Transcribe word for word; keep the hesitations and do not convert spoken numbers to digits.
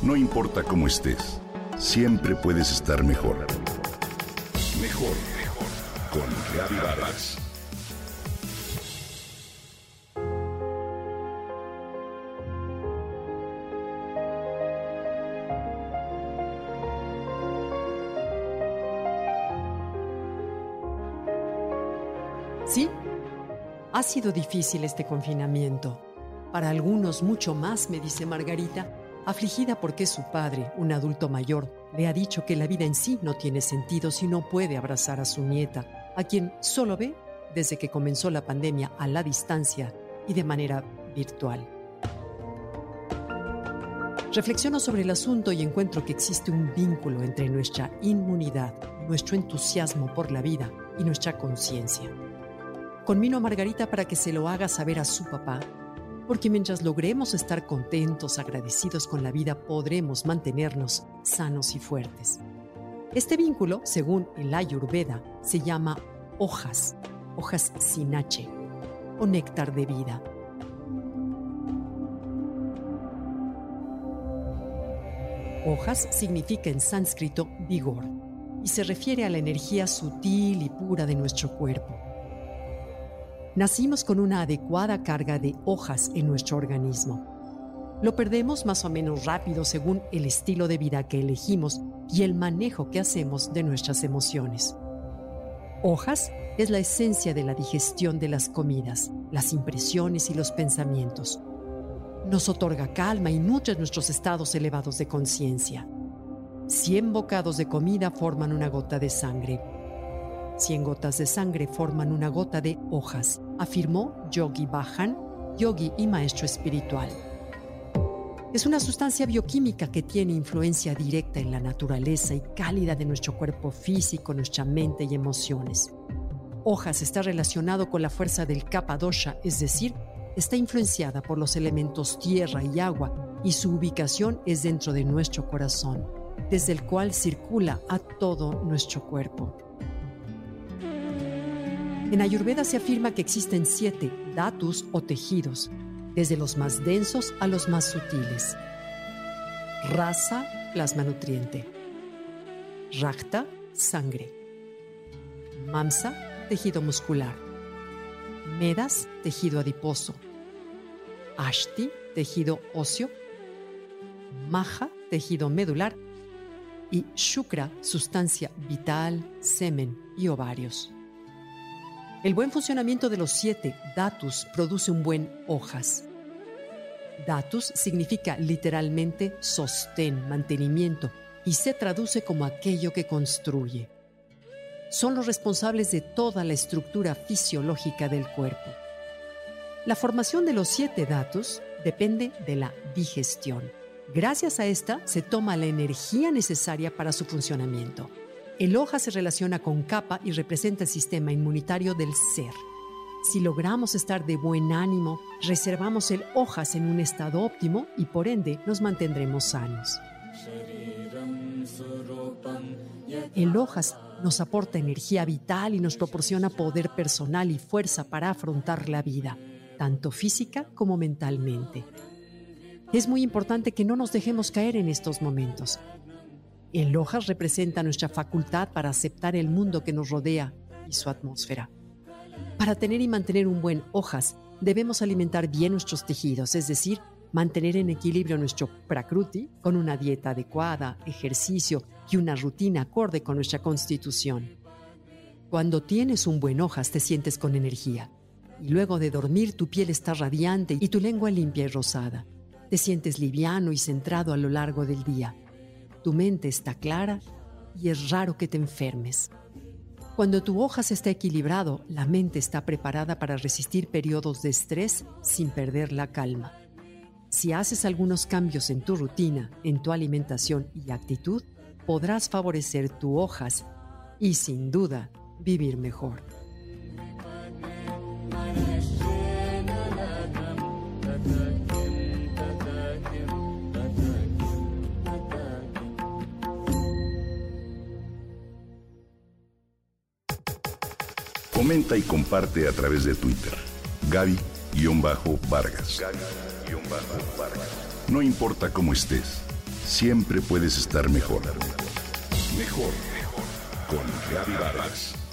No importa cómo estés, siempre puedes estar mejor. Mejor, mejor. Con Gaby Vargas. Sí, ha sido difícil este confinamiento. Para algunos mucho más, me dice Margarita, afligida porque su padre, un adulto mayor, le ha dicho que la vida en sí no tiene sentido si no puede abrazar a su nieta, a quien solo ve desde que comenzó la pandemia a la distancia y de manera virtual. Reflexiono sobre el asunto y encuentro que existe un vínculo entre nuestra inmunidad, nuestro entusiasmo por la vida y nuestra conciencia. Conmino a Margarita para que se lo haga saber a su papá, porque mientras logremos estar contentos, agradecidos con la vida, podremos mantenernos sanos y fuertes. Este vínculo, según el Ayurveda, se llama hojas, hojas sin H, o néctar de vida. Hojas significa en sánscrito vigor y se refiere a la energía sutil y pura de nuestro cuerpo. Nacimos con una adecuada carga de hojas en nuestro organismo. Lo perdemos más o menos rápido según el estilo de vida que elegimos y el manejo que hacemos de nuestras emociones. Hojas es la esencia de la digestión de las comidas, las impresiones y los pensamientos. Nos otorga calma y nutre nuestros estados elevados de conciencia. Cien bocados de comida forman una gota de sangre. Cien gotas de sangre forman una gota de hojas, afirmó Yogi Bhajan, yogi y maestro espiritual. Es una sustancia bioquímica que tiene influencia directa en la naturaleza y cálida de nuestro cuerpo físico, nuestra mente y emociones. Hojas está relacionado con la fuerza del Kapha dosha, es decir, está influenciada por los elementos tierra y agua y su ubicación es dentro de nuestro corazón, desde el cual circula a todo nuestro cuerpo. En Ayurveda se afirma que existen siete dhatus o tejidos, desde los más densos a los más sutiles. Rasa, plasma nutriente. Rakta, sangre. Mamsa, tejido muscular. Medas, tejido adiposo. Ashti, tejido óseo. Maja, tejido medular. Y Shukra, sustancia vital, semen y ovarios. El buen funcionamiento de los siete dhatus produce un buen hojas. Dhatus significa literalmente sostén, mantenimiento, y se traduce como aquello que construye. Son los responsables de toda la estructura fisiológica del cuerpo. La formación de los siete dhatus depende de la digestión. Gracias a esta se toma la energía necesaria para su funcionamiento. El hoja se relaciona con Kapha y representa el sistema inmunitario del ser. Si logramos estar de buen ánimo, reservamos el hojas en un estado óptimo y por ende nos mantendremos sanos. El hojas nos aporta energía vital y nos proporciona poder personal y fuerza para afrontar la vida, tanto física como mentalmente. Es muy importante que no nos dejemos caer en estos momentos. El hojas representa nuestra facultad para aceptar el mundo que nos rodea y su atmósfera. Para tener y mantener un buen hojas, debemos alimentar bien nuestros tejidos, es decir, mantener en equilibrio nuestro prakruti con una dieta adecuada, ejercicio y una rutina acorde con nuestra constitución. Cuando tienes un buen hojas, te sientes con energía. Y luego de dormir, tu piel está radiante y tu lengua limpia y rosada. Te sientes liviano y centrado a lo largo del día. Tu mente está clara y es raro que te enfermes. Cuando tu hojas está equilibrado, la mente está preparada para resistir periodos de estrés sin perder la calma. Si haces algunos cambios en tu rutina, en tu alimentación y actitud, podrás favorecer tu hojas y, sin duda, vivir mejor. Comenta y comparte a través de Twitter. Gaby-Vargas. Gaby-Vargas. No importa cómo estés, Siempre puedes estar mejor. Mejor, mejor. Con Gaby Vargas.